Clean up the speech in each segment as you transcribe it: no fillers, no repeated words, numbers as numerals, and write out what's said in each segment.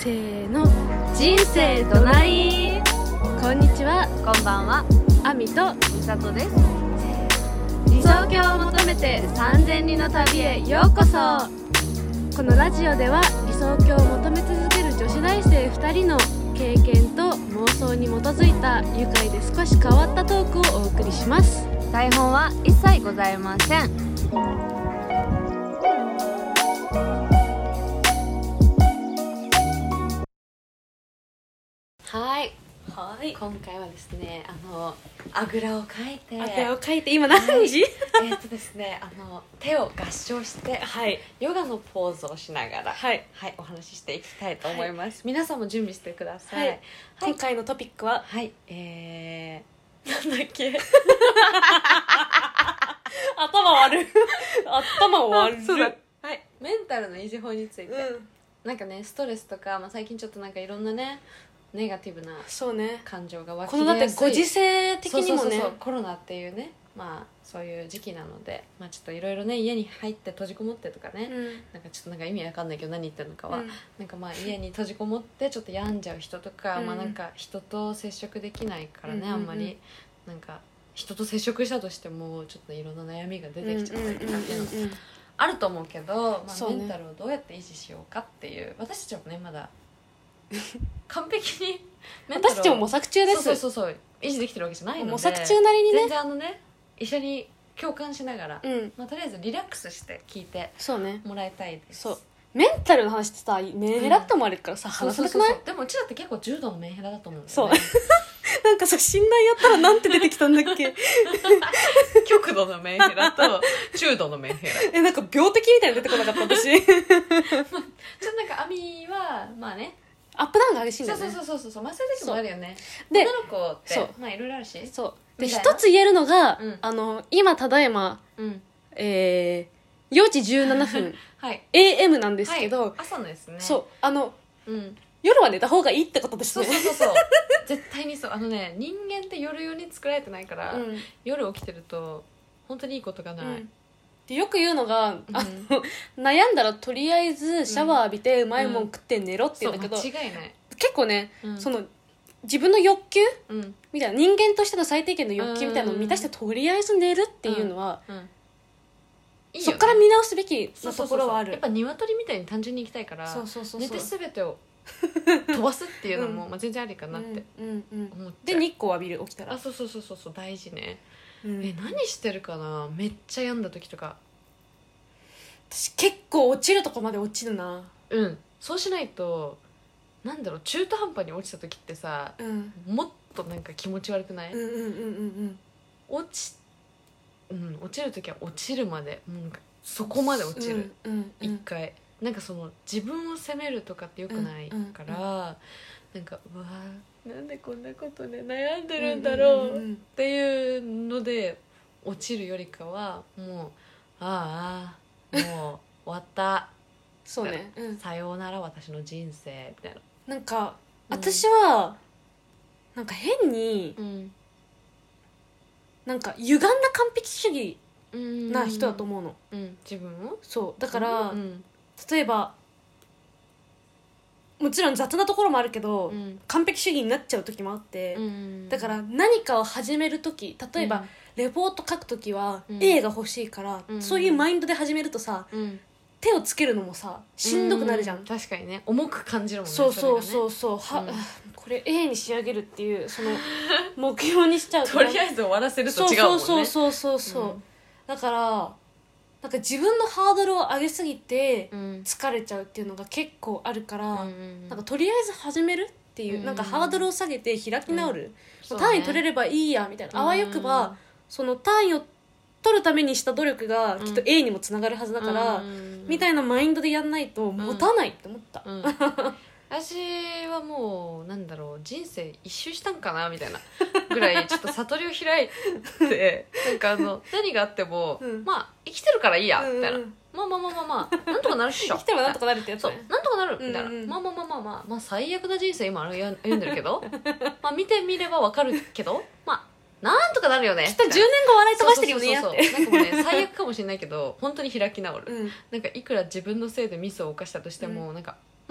せーの、人生どない。こんにちは、 こんばんは、 あみとみさとです。 理想郷を求めて3000里の旅へようこそ。このラジオでは理想郷を求め続ける女子大生2人の経験と妄想に基づいた愉快で少し変わったトークをお送りします。 台本は一切ございません。 はい、 今回はですね、あぐらをかいて、 今何時？ ですね、手を合掌して、 はい、 ヨガのポーズをしながら、 はい、 お話ししていきたいと思います。皆さんも準備してください。 はい、今回のトピックは、 なんだっけ？ 頭悪い。 そうだ。はい、メンタルの維持法について、なんかね、ストレスとか、最近ちょっとなんかいろんなね、ネガティブな感情が湧き出やすい。 このだってご時世的にもね、 そうコロナっていうね、そういう時期なので、ちょっといろいろね、家に入って閉じこもってとかね、なんかちょっとなんか意味わかんないけど何言ってるのかは、なんか家に閉じこもってちょっと病んじゃう人とか、なんか人と接触できないからね、あんまりなんか人と接触したとしてもちょっといろんな悩みが出てきちゃったりとかっていうのあると思うけど、メンタルをどうやって維持しようかっていう、私たちもねまだ完璧に私たちも模索中です。 そう維持できてるわけじゃないので、 模索中なりにね、 全然一緒に共感しながら、とりあえずリラックスして聞いてもらいたいです。 そう、メンタルの話ってさ、メンヘラって思われるからさ、話さなくない？ でもうちらって結構重度のメンヘラだと思うんだよね。 そうなんかさ、診断やったらなんて出てきたんだっけ？ 極度のメンヘラと中度のメンヘラ。 なんか病的みたいに出てこなかった私。 ちょっとなんかアミはアップダウンが激しいんだよね。 そうそういう時もあるよね。 で、 女の子っていろいろあるし。 そうで、一つ言えるのが、今ただいま、4時17分、AM なんですけど、 朝のですね。 そう、夜は寝た方がいいってことですね。 そう絶対にそう。人間って夜用に作られてないから、夜起きてると本当にいいことがない。 でよく言うのが、悩んだらとりあえずシャワー浴びてうまいもん食って寝ろって言うんだけど、 間違いない。 結構ね、その自分の欲求、みたいな、人間としての最低限の欲求みたいなのを満たしてとりあえず寝るっていうのは、いいよね、そっから見直すべきなところはある。 やっぱ鶏みたいに単純に生きたいから、寝て全てを飛ばすっていうのも、全然ありかなって思っちゃう。 で日光浴びる、起きたら。 そう大事ね。何してるかな。めっちゃ病んだ時とか、 私結構落ちるとこまで落ちるな。 そうしないと、なんだろう、中途半端に落ちた時ってさ、もっとなんか気持ち悪くない？落ちる時は落ちるまで、もうなんかそこまで落ちる、一回。なんかその自分を責めるとかってよくないから、なんかうわー、なんでこんなことね悩んでるんだろうっていうので落ちるよりかは、もうもう終わったそうね、 さようなら私の人生みたいな。 なんか私はなんか変に、なんか歪んだ完璧主義な人だと思うの、 自分を。 そうだから、例えばもちろん雑なところもあるけど、完璧主義になっちゃう時もあって、だから何かを始める時、例えば、レポート書く時は A が欲しいから、そういうマインドで始めるとさ、手をつけるのもさしんどくなるじゃん。 確かにね、重く感じるもんね。 そうこれ A に仕上げるっていうその目標にしちゃうととりあえず終わらせると違うもんね。 そうだからなんか自分のハードルを上げすぎて疲れちゃうっていうのが結構あるから、なんかとりあえず始めるっていう、なんかハードルを下げて開き直る、単位取れればいいやみたいな、あわよくばその単位を取るためにした努力がきっと A にもつながるはずだから、みたいなマインドでやんないと持たないって思った、 私はもうなんだろう、人生一周したんかなみたいなぐらいちょっと悟りを開いてなんか何があっても、生きてるからいいやみたいな、なんとかなるっしょ生きてればなんとかなるってやつね。 そう、なんとかなるみたいな、最悪な人生今歩んでるけど見てみればわかるけど、なんとかなるよね。 きっと10年後笑い飛ばしてるよね。 なんかもうね、最悪かもしれないけど本当に開き直る、なんかいくら自分のせいでミスを犯したとしても、なんか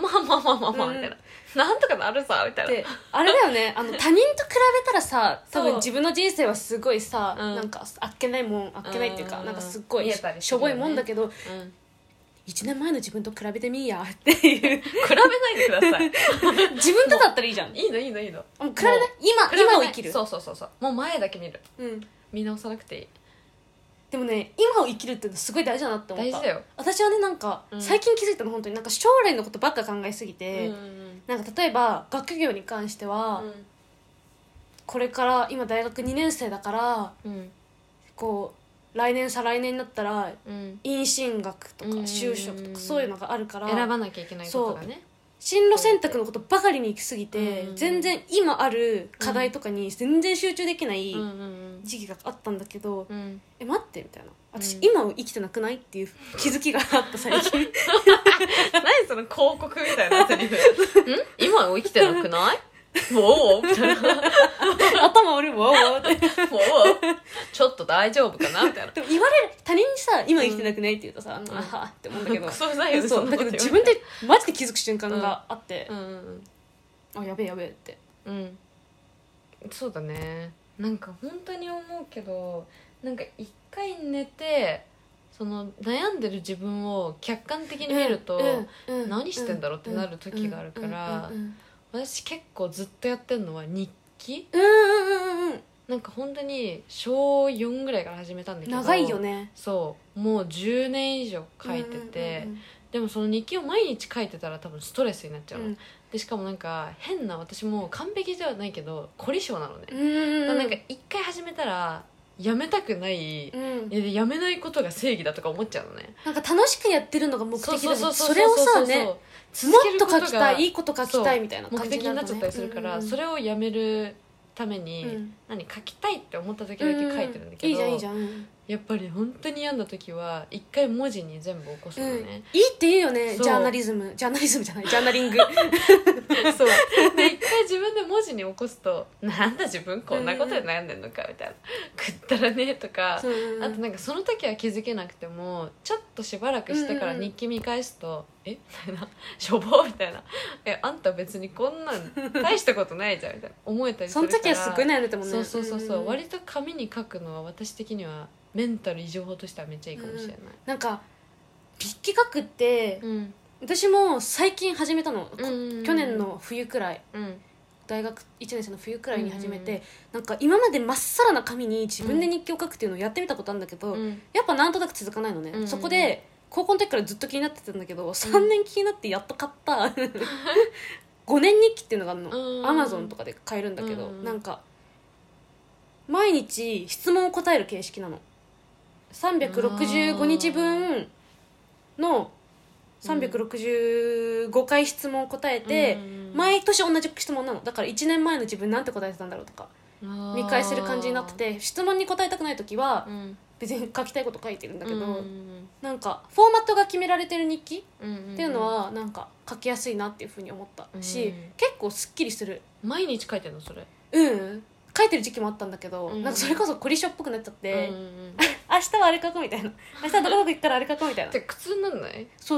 まあまあまあまあまあみたいな、なんとかなるさみたいな。 であれだよね、他人と比べたらさ、多分自分の人生はすごいさ、なんかあっけないっていうか、なんかすっごいしょぼいもんだけど、1年前の自分と比べてみいやっていう比べないでください自分とだったらいいじゃん。 いいのもう比べない、 今を生きる。 そうもう前だけ見る、見直さなくていい。 でもね、今を生きるってすごい大事だなって思った。 大事だよ。 私はね、なんか、最近気づいたの、本当になんか将来のことばっか考えすぎて、なんか例えば学業に関しては、これから今大学2年生だから、こう来年再来年になったら、院進学とか就職とかそういうのがあるから、 選ばなきゃいけないことがね、 進路選択のことばかりに行き過ぎて、全然今ある課題とかに全然集中できない時期があったんだけど、待ってみたいな、私、今を生きてなくないっていう気づきがあった最近何その広告みたいなセリフ今を生きてなくないもうみたいな頭悪いもうってちょっと大丈夫かなみたいな。 でも言われる、他人にさ今生きてなくないって言うとさ、あはって思うんだけどクソうざいよね。 そうだけど自分でマジで気づく瞬間があって、あやべえって、 そうだね。なんか本当に思うけど、なんか一回寝てその悩んでる自分を客観的に見ると、何してんだろうってなる時があるから、私結構ずっとやってるのは日記。なんか本当に小4ぐらいから始めたんだけど、 長いよね。 そうもう10年以上書いてて、でもその日記を毎日書いてたら多分ストレスになっちゃうの、でしかもなんか変な、私も完璧ではないけど凝り性なのね、だからなんか一回始めたらやめたくない、やめないことが正義だとか思っちゃうのね。 なんか楽しくやってるのが目的だけど、それをさね、もっと書きたい、いいこと書きたいみたいな感じ目的になっちゃったりするから、それをやめるために、書きたいって思った時だけ書いてるんだけど、 いいじゃん、 やっぱり本当に病んだ時は一回文字に全部起こすのね、 いいって言うよね。ジャーナリズムじゃないジャーナリングそうで一回自分で文字に起こすと、なんだ自分こんなことで悩んでんのかみたいな、くったらねとか、あとなんかその時は気づけなくてもちょっとしばらくしてから日記見返すと、みたいな、しょぼみたいな、あんた別にこんなん大したことないじゃんみたいな思えたりするから、 その時はすっごい悩んでたもんね。 そう割と紙に書くのは私的にはメンタル異常法としてはめっちゃいいかもしれない、 なんか日記書くって、私も最近始めたの、去年の冬くらい、大学1年生の冬くらいに始めて、なんか今までまっさらな紙に自分で日記を書くっていうのをやってみたことあるんだけど、やっぱなんとなく続かないのね、そこで高校の時からずっと気になってたんだけど、3年気になってやっと買った5年日記っていうのがあるの、Amazon とかで買えるんだけど、なんか毎日質問を答える形式なの。365日分の365回質問を答えて、毎年同じ質問なの。だから1年前の自分なんて答えてたんだろうとか見返せる感じになってて、質問に答えたくない時は別に書きたいこと書いてるんだけど、なんかフォーマットが決められてる日記っていうのはなんか書きやすいなっていうふうに思ったし、結構すっきりする。 毎日書いてるのそれ？ 書いてる時期もあったんだけど、なんかそれこそ凝り性っぽくなっちゃって、明日はあれ書くみたいな、明日どこどこ行ったらあれ書くみたいなって苦痛になんない？ そう、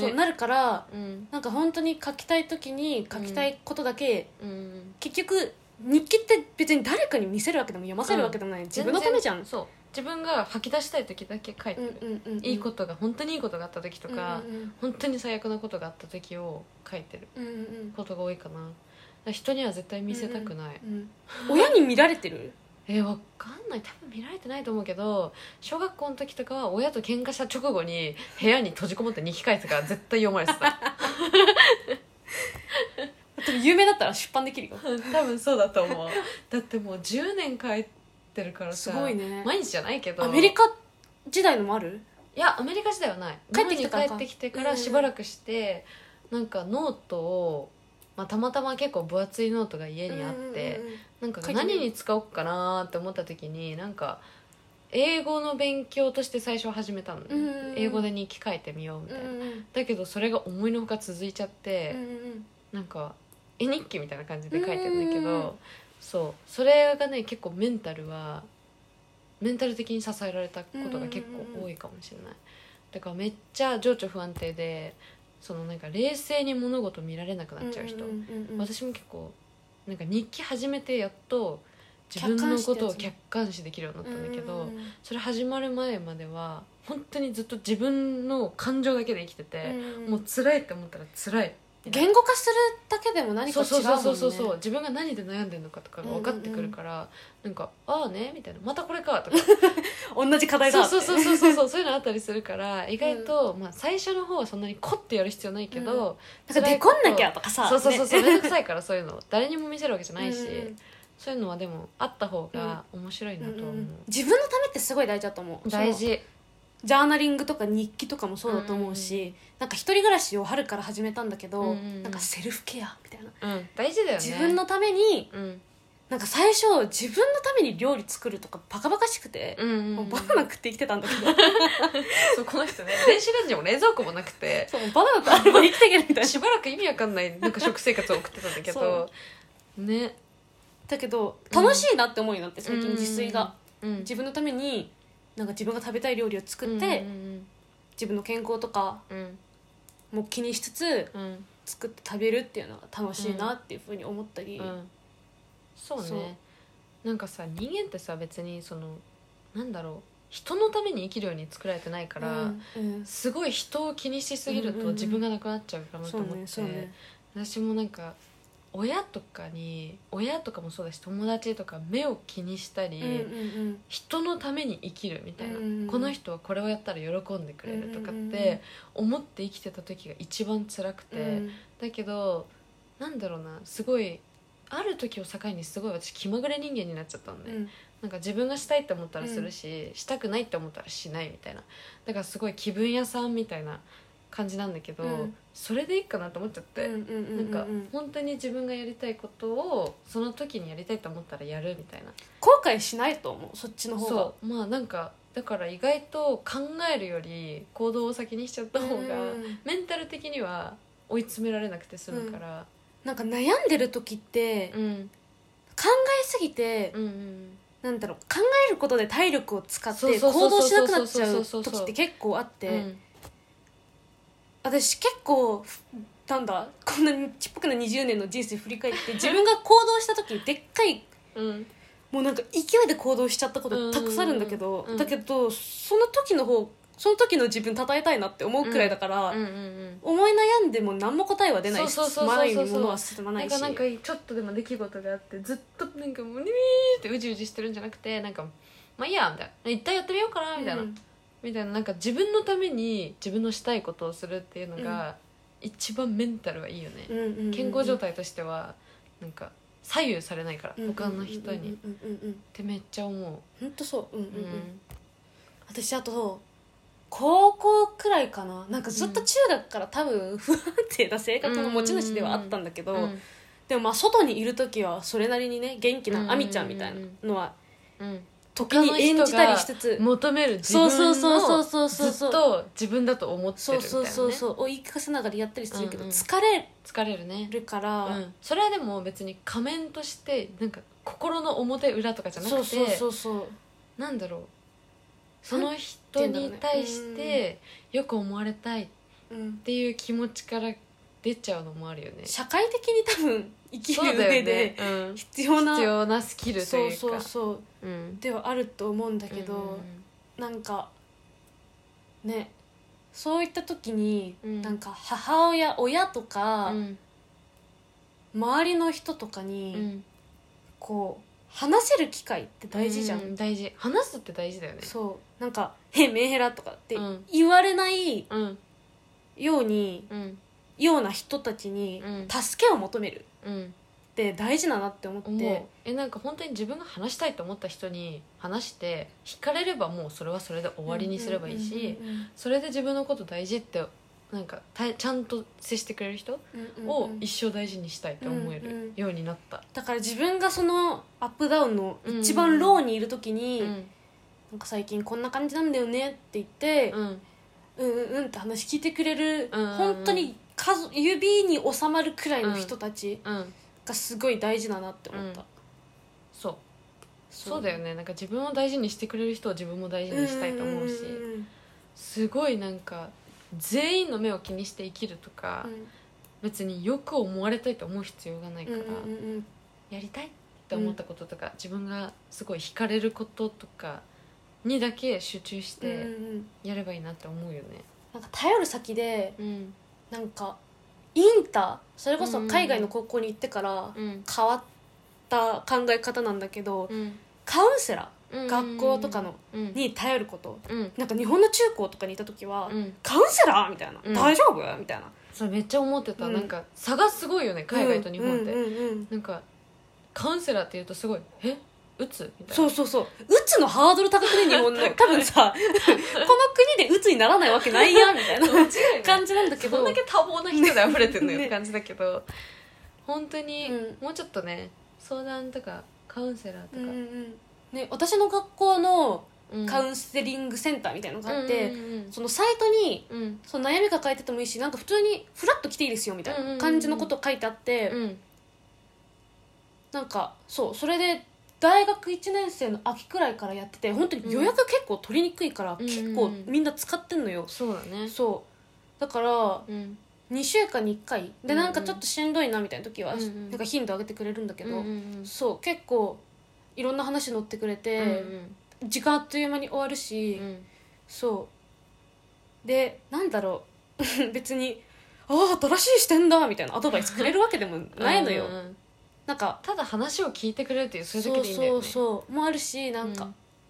なるから、なんか本当に書きたい時に書きたいことだけ、結局日記って別に誰かに見せるわけでも読ませるわけでもない、自分のためじゃん。 そう、自分が吐き出したい時だけ書いてる、いいことが本当にいいことがあった時とか、本当に最悪なことがあった時を書いてることが多いかな。人には絶対見せたくない、 親に見られてる？ わかんない、多分見られてないと思うけど、小学校の時とかは親と喧嘩した直後に部屋に閉じこもって日記書いてから絶対読まれてた多分有名だったら出版できるよ多分そうだと思う。だってもう10年書いてるからさ、 すごいね。 毎日じゃないけど。 アメリカ時代のもある？ いやアメリカ時代はない。帰ってきてからしばらくして、なんかノートを、たまたま結構分厚いノートが家にあって、なんか何に使おうかなって思った時に、なんか英語の勉強として最初始めたの、英語で日記書いてみようみたいな、だけどそれが思いのほか続いちゃって、なんか絵日記みたいな感じで書いてるんだけど、それがね結構メンタル的に支えられたことが結構多いかもしれない。だからめっちゃ情緒不安定でそのなんか冷静に物事見られなくなっちゃう人、私も結構なんか日記始めてやっと自分のことを客観視できるようになったんだけど、それ始まる前までは本当にずっと自分の感情だけで生きてて、もう辛いって思ったら辛い、 言語化するだけでも何か違うもんね。 そう自分が何で悩んでるのかとかが分かってくるから、なんかああねみたいな、またこれかとか同じ課題だって、 そういうのあったりするから、意外と、まあ、最初の方はそんなにコッてやる必要ないけど、 なんかデコんなきゃとかさ、 そうめんどくさいから、そういうの誰にも見せるわけじゃないし、そういうのはでもあった方が面白いなと思う、 自分のためってすごい大事だと思う。 大事。 ジャーナリングとか日記とかもそうだと思うし、なんか一人暮らしを春から始めたんだけど、なんかセルフケアみたいな、 大事だよね。 自分のために、なんか最初自分のために料理作るとかバカバカしくて、もうバナナ食って生きてたんだけどそうこの人ね、電子レンジも冷蔵庫もなくて、 そうバナナとあれば生きていけるみたいなしばらく意味わかんないなんか食生活を送ってたんだけどね。 だけど楽しいなって思うようになって、最近自炊が、自分のためになんか自分が食べたい料理を作って、自分の健康とかも気にしつつ、作って食べるっていうのが楽しいなっていうふうに思ったり、 そうね。なんかさ、人間ってさ、別にそのなんだろう、人のために生きるように作られてないから、すごい人を気にしすぎると自分がなくなっちゃうかなと思って、私もなんか親とかもそうだし、友達とか目を気にしたり、人のために生きるみたいな、この人はこれをやったら喜んでくれるとかって思って生きてた時が一番辛くて、だけどなんだろうな、すごいある時を境にすごい私気まぐれ人間になっちゃったんで、なんか自分がしたいって思ったらするし、したくないって思ったらしないみたいな、だからすごい気分屋さんみたいな感じなんだけど、それでいいかなと思っちゃって、なんか本当に自分がやりたいことをその時にやりたいと思ったらやるみたいな、 後悔しないと思う、そっちの方が。 そうまあなんかだから意外と考えるより行動を先にしちゃった方がメンタル的には追い詰められなくて済むから、 なんか悩んでる時って、考えすぎて、なんだろう、考えることで体力を使って行動しなくなっちゃう時って結構あって、私結構なんだ、こんなにちっぽけな20年の人生振り返って自分が行動した時でっかい、もうなんか勢いで行動しちゃったことたくさんあるんだけど、だけどその時の自分称えたいなって思うくらいだから、思い悩んでも何も答えは出ないし、前に物は進まないし、 なんかちょっとでも出来事があってずっとなんかもうニミーってうじうじしてるんじゃなくて、なんかまあいいやみたいな、一旦やってみようかなみたいな、みたいな、なんか自分のために自分のしたいことをするっていうのが一番メンタルはいいよね、健康状態としてはなんか左右されないから、他の人にってめっちゃ思う。 ほんとそう、私あと高校くらいかな、なんかずっと中学から多分不安定な性格の持ち主ではあったんだけど、でもまあ外にいる時はそれなりにね、元気なアミちゃんみたいなのは時に演じたりしつつ、 求める自分をずっと自分だと思ってるみたいなね、 を言い聞かせながらやったりするけど、疲れるねから、 それはでも別に仮面としてなんか心の表裏とかじゃなくて、なんだろう、その人に対してよく思われたいっていう気持ちから出ちゃうのもあるよね。 社会的に多分生きる上で必要なスキルというか、 ではあると思うんだけど、なんかね、そういった時に、なんか親とか、周りの人とかに、こう話せる機会って大事じゃん、 大事、話すって大事だよね。 そうなんか「メンヘラ」とかって言われないような人たちに助けを求めるって大事だなって思って、 なんか本当に自分が話したいと思った人に話して惹かれればもうそれはそれで終わりにすればいいし、それで自分のこと大事ってなんかちゃんと接してくれる人を一生大事にしたいと思えるようになった、 だから自分がそのアップダウンの一番ローにいる時に、なんか最近こんな感じなんだよねって言って、って話聞いてくれる、本当に指に収まるくらいの人たちがすごい大事だなって思った、 そうだよね。なんか自分を大事にしてくれる人を自分も大事にしたいと思うし、すごいなんか全員の目を気にして生きるとか、 うん、 別によく思われたいと思う必要がないから、 うんうんうん、 やりたいって思ったこととか、自分がすごい惹かれることとかにだけ集中してやればいいなって思うよね。 なんか頼る先で、なんかインター、それこそ海外の高校に行ってから変わった考え方なんだけど、カウンセラー、学校とかのに頼ること、なんか日本の中高とかにいた時は、カウンセラーみたいな、大丈夫みたいな、 それめっちゃ思ってた、なんか差がすごいよね海外と日本って、なんかカウンセラーって言うとすごいうつみたいな、 そううつのハードル高くね日本の多分さこの国でうつにならないわけないやみたいな感じなんだけど、 そんだけ多忙な人で溢れてるのよって感じだけど、本当にもうちょっとね、相談とかカウンセラーとか、 ね、私の学校のカウンセリングセンターみたいなのがあって、そのサイトに、その悩み抱えててもいいし、なんか普通にフラッと来ていいですよみたいな感じのこと書いてあって、なんかそれで大学1年生の秋くらいからやってて、本当に予約結構取りにくいから、結構みんな使ってんのよ。 そうだね。 そうだから、2週間に1回で、なんかちょっとしんどいなみたいな時は、なんか頻度上げてくれるんだけど、そう結構いろんな話乗ってくれて、時間あっという間に終わるし、そうで、なんだろう別に新しい視点だみたいなアドバイスくれるわけでもないのよ。なんかただ話を聞いてくれるっていう、それだけでいいんだよね。 そうもあるし、なんか、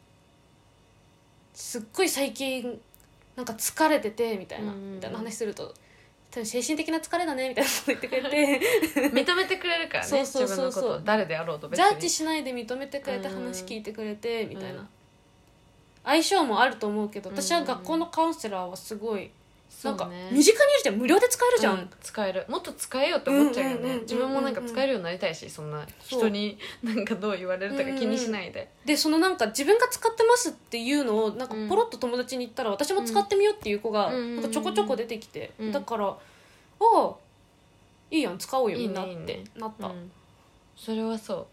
すっごい最近なんか疲れててみたいな、みたいな話すると、多分精神的な疲れだねみたいなこと言ってくれて認めてくれるからね、自分のこと誰であろうと別にジャッジしないで認めてくれて、話聞いてくれてみたいな、相性もあると思うけど、私は学校のカウンセラーはすごいなんか身近にいるじゃん、無料で使えるじゃん、 使える、もっと使えようって思っちゃうよね。自分もなんか使えるようになりたいし、そんな人になんかどう言われるとか気にしないで、 でそのなんか自分が使ってますっていうのをなんかポロッと友達に言ったら、私も使ってみようっていう子がなんかちょこちょこ出てきて、だからいいやん使おうよみんなってなった。 それはそう、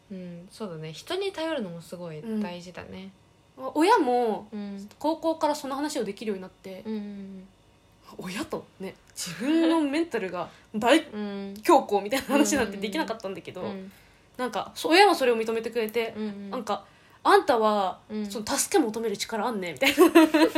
そうだね、人に頼るのもすごい大事だね。 親も高校からその話をできるようになって、親とね、自分のメンタルが大強行みたいな話なんてできなかったんだけど、なんか親もそれを認めてくれて、なんかあんたはその助け求める力あんねみたいな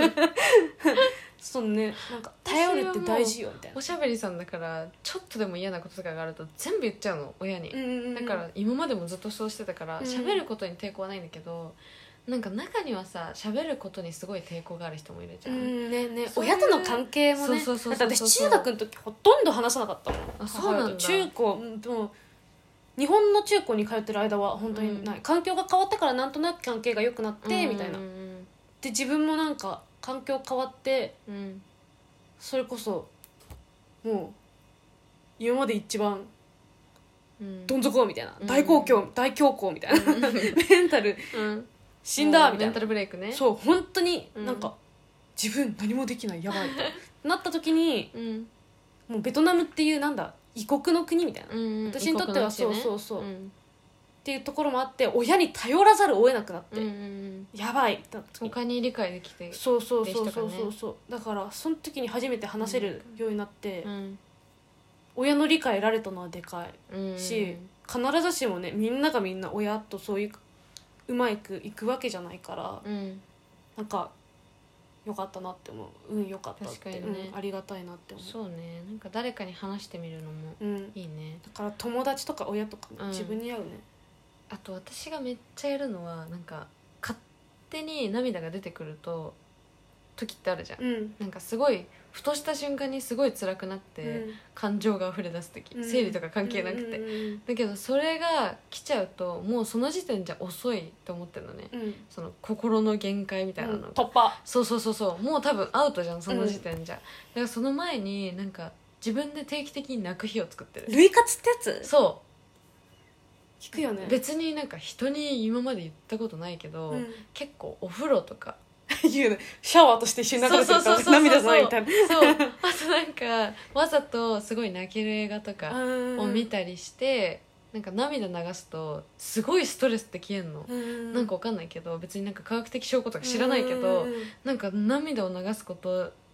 そうね、なんか頼るって大事よみたいな。 おしゃべりさんだからちょっとでも嫌なこととかがあると全部言っちゃうの親に、だから今までもずっとそうしてたから喋ることに抵抗はないんだけど、なんか中にはさ、喋ることにすごい抵抗がある人もいるじゃん。 親との関係もね。だって私中学の時ほとんど話さなかったもん。 あ、そうなんだ。 中高も日本の中高に通ってる間は本当にない、環境が変わってからなんとなく関係が良くなってみたいな、で自分もなんか環境変わって、それこそもう今まで一番どん底みたいな、大強行みたいなメンタル死んだみたいな、 メンタルブレイクね。 そう本当になんか、自分何もできない、やばいとなった時に、もうベトナムっていうなんだ異国の国みたいな、私にとってはそう、っていうところもあって、親に頼らざるを得なくなって、やばいってなった時に他に理解できて、 そうだからその時に初めて話せるようになって、親の理解得られたのはでかいし、必ずしもねみんながみんな親とそういううまくいくわけじゃないから、なんかよかったなって思う、よかったって、ね、ありがたいなって思う。 そうね、なんか誰かに話してみるのもいいね、 だから友達とか親とか、自分に合うね。 あと私がめっちゃやるのは、なんか勝手に涙が出てくる時ってあるじゃん、なんかすごいふとした瞬間にすごい辛くなって、感情が溢れ出す時、生理とか関係なくて、だけどそれが来ちゃうともうその時点じゃ遅いと思ってるのね、その心の限界みたいなのが、 突破、 そうもう多分アウトじゃんその時点じゃ、だからその前になんか自分で定期的に泣く日を作ってる。 類活ってやつ？ そう聞くよね。 別になんか人に今まで言ったことないけど、結構お風呂とか言うね、シャワーとして一緒に流れてるから涙じゃないみたいな。 そうあとなんかわざとすごい泣ける映画とかを見たりして、なんか涙流すとすごいストレスって消えんの、なんかわかんないけど、別になんか科学的証拠とか知らないけど、なんか涙を流すこと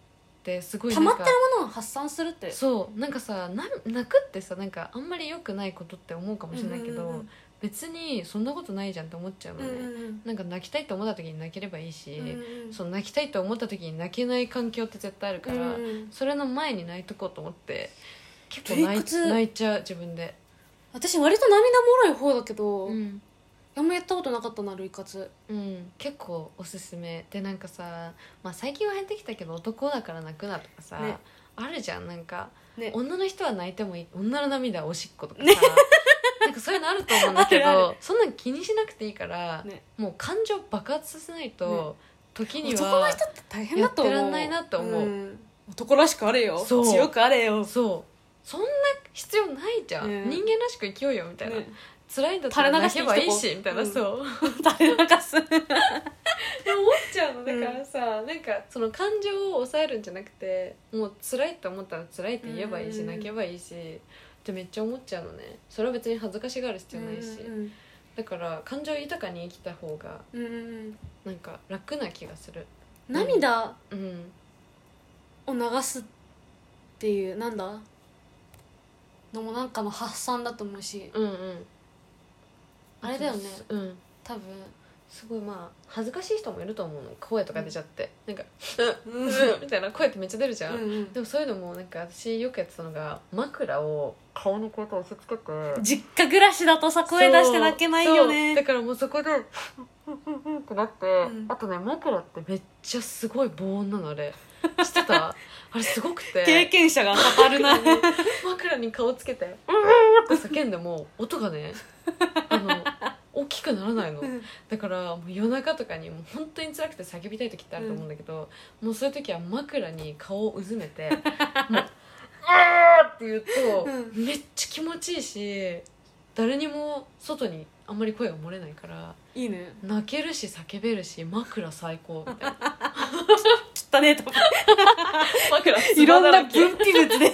ってすごい溜まってるものを発散するって、 そうなんかさ泣くってさなんかあんまり良くないことって思うかもしれないけど、別にそんなことないじゃんって思っちゃうのね、なんか泣きたいと思った時に泣ければいいし、その泣きたいと思った時に泣けない環境って絶対あるから、それの前に泣いとこうと思って結構泣いちゃう自分で。 私割と涙もろい方だけど、あんまやったことなかったな類活。 結構おすすめで、なんかさ、まあ、最近は減ってきたけど男だから泣くなとかさ、ね、あるじゃん。なんか、ね、女の人は泣いてもいい、女の涙はおしっことかさ、ね、なんかそういうのあると思うんだけどあるそんな気にしなくていいから、ね、もう感情爆発させないと、時には男の人って大変だと思う。 やってらんないなって思う、 男らしくあれよ、強くあれよ。 そうそんな必要ないじゃん、人間らしく生きようよみたいな、辛いんだったら泣けばいいしみたいな、そう垂れ流すって思っちゃうの。だからさ、なんかその感情を抑えるんじゃなくて、もう辛いって思ったら辛いって言えばいいし、泣けばいいしってめっちゃ思っちゃうのね。それは別に恥ずかしがる必要ないし、だから感情豊かに生きた方がなんか楽な気がする。 涙を流すっていうなんだのもなんかの発散だと思うし、あれだよね、多分すごいまあ恥ずかしい人もいると思うの、声とか出ちゃって、なんかみたいな声ってめっちゃ出るじゃん、でもそういうのもなんか私よくやってたのが、枕を顔のことを押し付けて、 実家暮らしだとさ声出して泣けないよね。 だからもうそこでってなって、あとね枕ってめっちゃすごい防音なのあれ知ってた？あれすごくて経験者が語るな枕に顔つけてって叫んでも音がね大きくならないの、だからもう夜中とかにもう本当に辛くて叫びたい時ってあると思うんだけど、もうそういう時は枕に顔をうずめてもうって言うと、めっちゃ気持ちいいし、誰にも外にあんまり声が漏れないからいいね。 泣けるし叫べるし枕最高みたいな汚ねえと枕いろんな分泌物で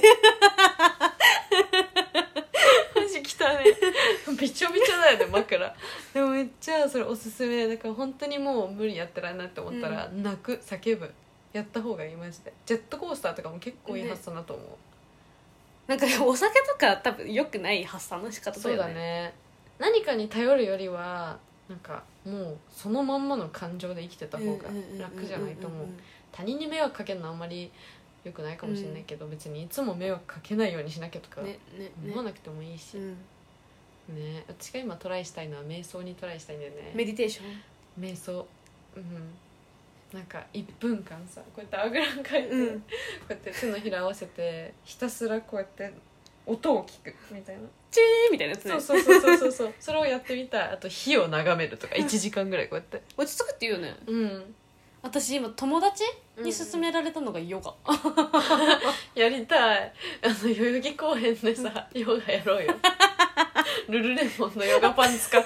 マジ汚ねびちょびちょだよね枕。でもめっちゃそれおすすめだから、本当にもう無理やってらんなって思ったら、泣く叫ぶやった方がいいマジで。ジェットコースターとかも結構いい発散だと思う、 なんかお酒とか多分良くない発散の仕方だよね。 そうだね。何かに頼るよりはなんかもうそのまんまの感情で生きてた方が楽じゃないと思う。他人に迷惑かけるのはあんまり良くないかもしれないけど、別にいつも迷惑かけないようにしなきゃとか思わなくてもいいし、ね。私が今トライしたいのは瞑想にトライしたいんだよね。 メディテーション、瞑想、なんか1分間さこうやってあぐらかいて、こうやって手のひら合わせてひたすらこうやって音を聞くみたいな、 チーみたいなやつね。 そうそれをやってみたい。あと火を眺めるとか1時間ぐらいこうやって落ち着くって言うよね。私今友達に勧められたのがヨガ、 やりたい。代々木公園でさヨガやろうよルルレモンのヨガパン使って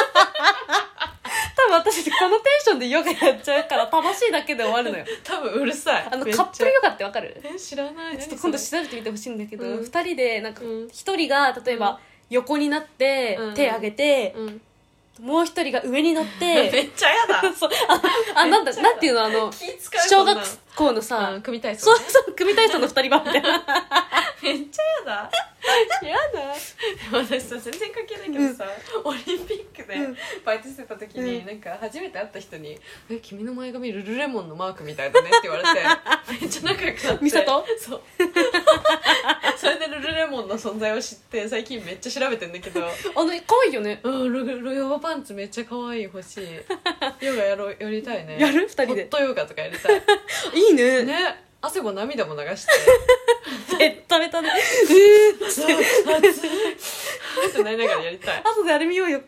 多分私このテンションでヨガやっちゃうから楽しいだけで終わるのよ多分うるさい。 カップルヨガってわかる？ 知らない。 ちょっと今度調べてみてほしいんだけど、2人でなんか1人が例えば横になって手上げて、もう一人が上に乗ってめっちゃやだそうなんていうの小学校のさ組体操、ね、 そう組体操の2人版みたいなめっちゃやだやだ。私さ全然関係ないけどさ、オリンピックでバイトしてた時に、なんか初めて会った人に「君の前髪ルルレモンのマークみたいだね」って言われてめっちゃ仲良くなって。 美里？ そうそれでルルレモンの存在を知って最近めっちゃ調べてんだけど可愛いよね。 ヨガパンツめっちゃ可愛い欲しい。ヨガやりたいね。 やる？2人でホットヨガとかやりたいいいね。 ね、汗も涙も流してベッタベタで熱いってなりながらやりたい。 後であれ見ようよ、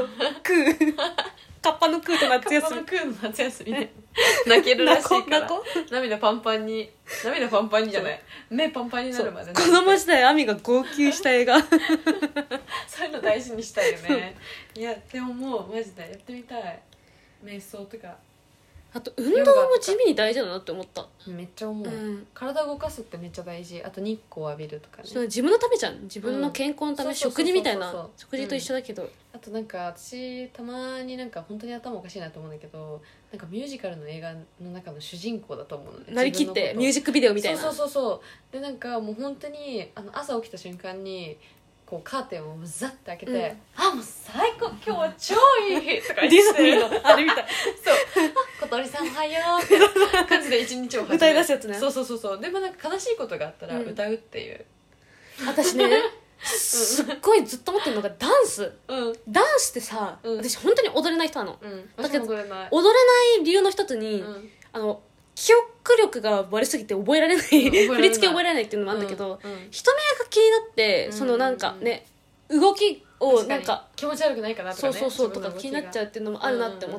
カッパのクーと夏休み。 カッパのクーの夏休みね泣けるらしいから涙パンパンにじゃない目パンパンになるまで。 子供時代亜美が号泣した映画そういうの大事にしたいよね。いやでももうマジでやってみたい瞑想とか。 あと運動も地味に大事だなって思った。 めっちゃ思う、体動かすってめっちゃ大事。あと日光浴びるとかね。 そう自分のためじゃん、自分の健康のため、食事みたいな、食事と一緒だけど、 あとなんか私たまになんか本当に頭おかしいなと思うんだけど、なんかミュージカルの映画の中の主人公だと思うのね、 なりきってミュージックビデオみたいな。 そうでなんかもう本当に朝起きた瞬間にこうカーテンをザッて開けて、あもう最高今日は超いいとか言って、ディズニーのあれみたいそう小鳥さんおはようって感じで一日を始める、 歌い出すやつね。 そうでもなんか悲しいことがあったら歌うっていう、 私ねすっごいずっと思ってるのがダンス、ダンスってさ、私本当に踊れない人なの、だけど踊れない理由の一つに、記憶力が悪すぎて覚えられない、振り付け覚えられないっていうのもあるんだけど、人目が気になって、そのなんかね動きをなんか気持ち悪くないかなとかね、 そうとか気になっちゃうっていうのもあるなって思って、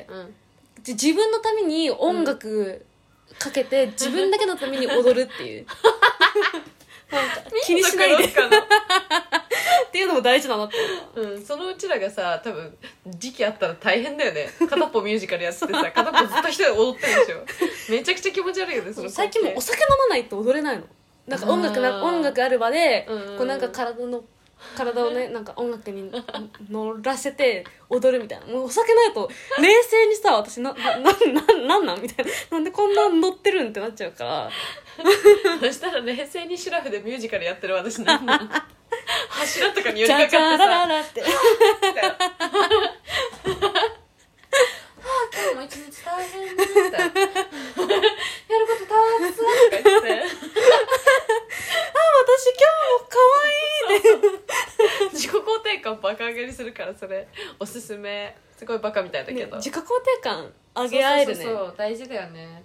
自分のために音楽かけて、自分だけのために踊るっていうなんか気にしないでっていうのも大事だなって思った。 そのうちらがさ多分時期あったら大変だよね。片っぽミュージカルやっててさ片っぽずっと一人で踊ってるでしょ。めちゃくちゃ気持ち悪いよね。その最近もお酒飲まないと踊れないの。なんか音楽ある場で、こうなんか体をねなんか音楽に乗らせて踊るみたいな。もうお酒ないと冷静にさ私なんみたいな、なんでこんな乗ってるんってなっちゃうからそしたら冷静にシュラフでミュージカルやってる私なんなの柱とかに寄りかかってさジャジャラララって今日も一日大変だってやることたくさんとか言って私今日も可愛いね自己肯定感バカ上げにするから、それおすすめ。すごいバカみたいだけど、 自己肯定感上げ合えるね。 そう大事だよね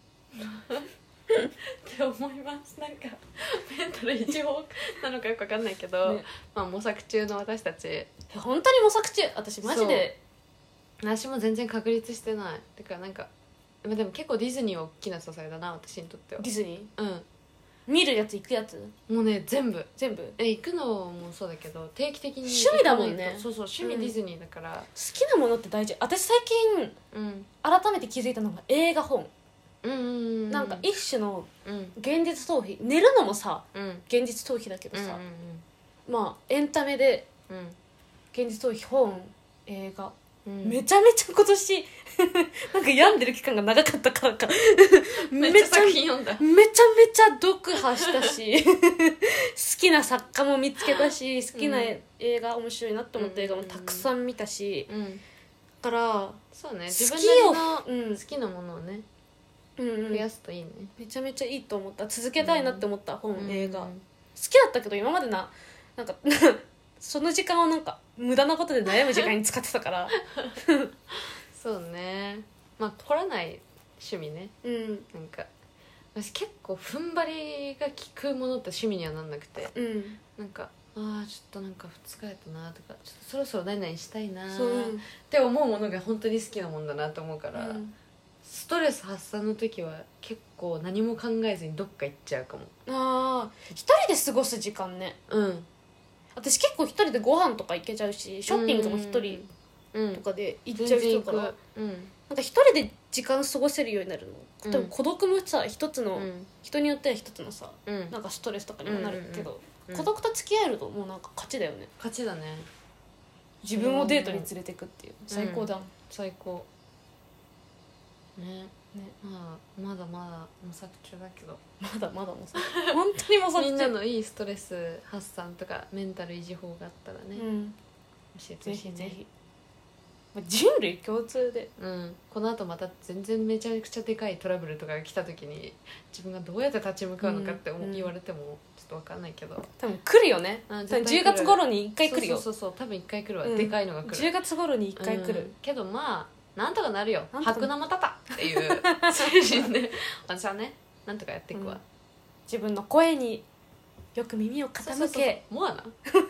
って思います。なんかメンタル一応なのかよく分かんないけど、まあ模索中の私たち。 本当に模索中。私マジで私も全然確立してない。だからなんかでも結構ディズニーは大きな支えだな私にとっては。 ディズニー見るやつ行くやつもうね全部行くのもそうだけど定期的に趣味だもんね。 そう趣味ディズニーだから、 好きなものって大事。私最近、改めて気づいたのが映画本。なんか一種の現実逃避、寝るのもさ、現実逃避だけどさ、まあエンタメで現実逃避、本、映画、めちゃめちゃ今年なんか病んでる期間が長かったからかめっちゃ作品読んだ。 めちゃめちゃ読破したし好きな作家も見つけたし、好きな映画、面白いなって思った映画もたくさん見たし、だからそうね、自分なりの好きなものをね増やすといいね。 めちゃめちゃいいと思った。続けたいなって思った本、映画好きだったけど今までなんかその時間をなんか無駄なことで悩む時間に使ってたからそうね、まあ凝らない趣味ね。なんか私結構踏ん張りが効くものって趣味にはなんなくて、なんかちょっとなんか疲れたなとか、ちょっとそろそろ何々したいなって思うものが本当に好きなもんだなと思うから、ストレス発散の時は結構何も考えずにどっか行っちゃうかも。 一人で過ごす時間ね。私結構一人でご飯とか行けちゃうし、ショッピングも一人とかで行っちゃう人から、なんか一人で時間過ごせるようになるの。多分孤独もさ一つの、人によっては一つのさ、なんかストレスとかにもなるけど、孤独と付き合えるともうなんか勝ちだよね。 勝ちだね。 自分をデートに連れてくっていう最高だ。 最高ね。まだまだ模索中だけど、 まだまだ模索本当に模索中。 みんなのいいストレス発散とかメンタル維持法があったらね、教えてほしいね。ぜひ人類共通で、 この後また全然めちゃくちゃでかいトラブルとかが来た時に自分がどうやって立ち向かうのかって言われてもちょっと分かんないけど、 多分来るよね。10月頃に1回来るよ。 そう多分1回来るわ、でかいのが来る。 10月頃に1回来る、 けどまあなんとかなるよ、白生たたっていう精神で私はねなんとかやっていくわ、 自分の声によく耳を傾け、 モアナ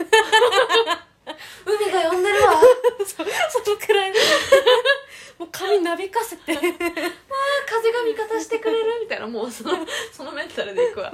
海が呼んでるわそのくらいもう髪なびかせて風が味方してくれるみたいな、もうそのメンタルでいくわ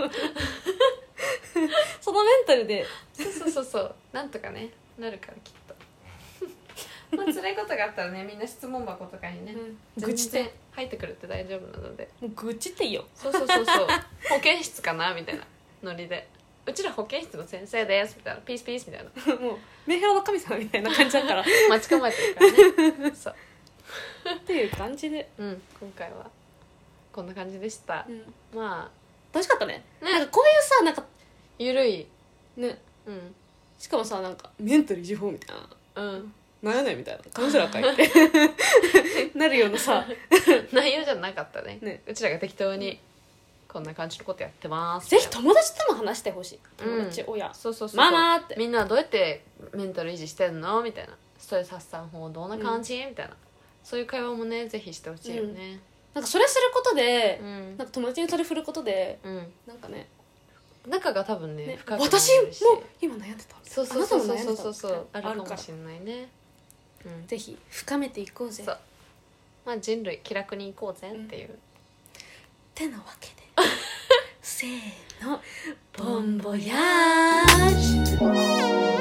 そのメンタルでそうなんとかねなるからきっとまあ辛いことがあったらねみんな質問箱とかにね、 愚痴って入ってくるって大丈夫なので、 もう愚痴っていいよ。 そう保健室かなみたいなノリで、うちら保健室の先生ですみたいな、ピースピースみたいなもうメンヘラの神様みたいな感じだから待ち構えてるからねそうっていう感じで、 今回はこんな感じでした、まあ楽しかったね。なんかこういうさ、なんかゆるいね、しかもさ、なんかメンタル維持法みたいな、なんやねんみたいなカウンセラー書いてなるようなさ内容じゃなかったね。うちらが適当にこんな感じのことやってますぜひ友達とも話してほしい。友達、親、ママってみんなどうやってメンタル維持してんのみたいな、ストレス発散法どんな感じ、みたいな、そういう会話もねぜひしてほしいよね、 なんかそれすることで、なんか友達にそれ振ることで、なんかね仲が多分ね深くなるし、 私も今悩んでた、 そうあるかもしれないね、 ぜひ深めていこうぜ。 そう、まあ人類気楽にいこうぜっていう、 てなわけでせーの、ボンボヤージュ、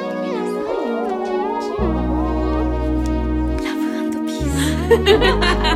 ラブ&ピース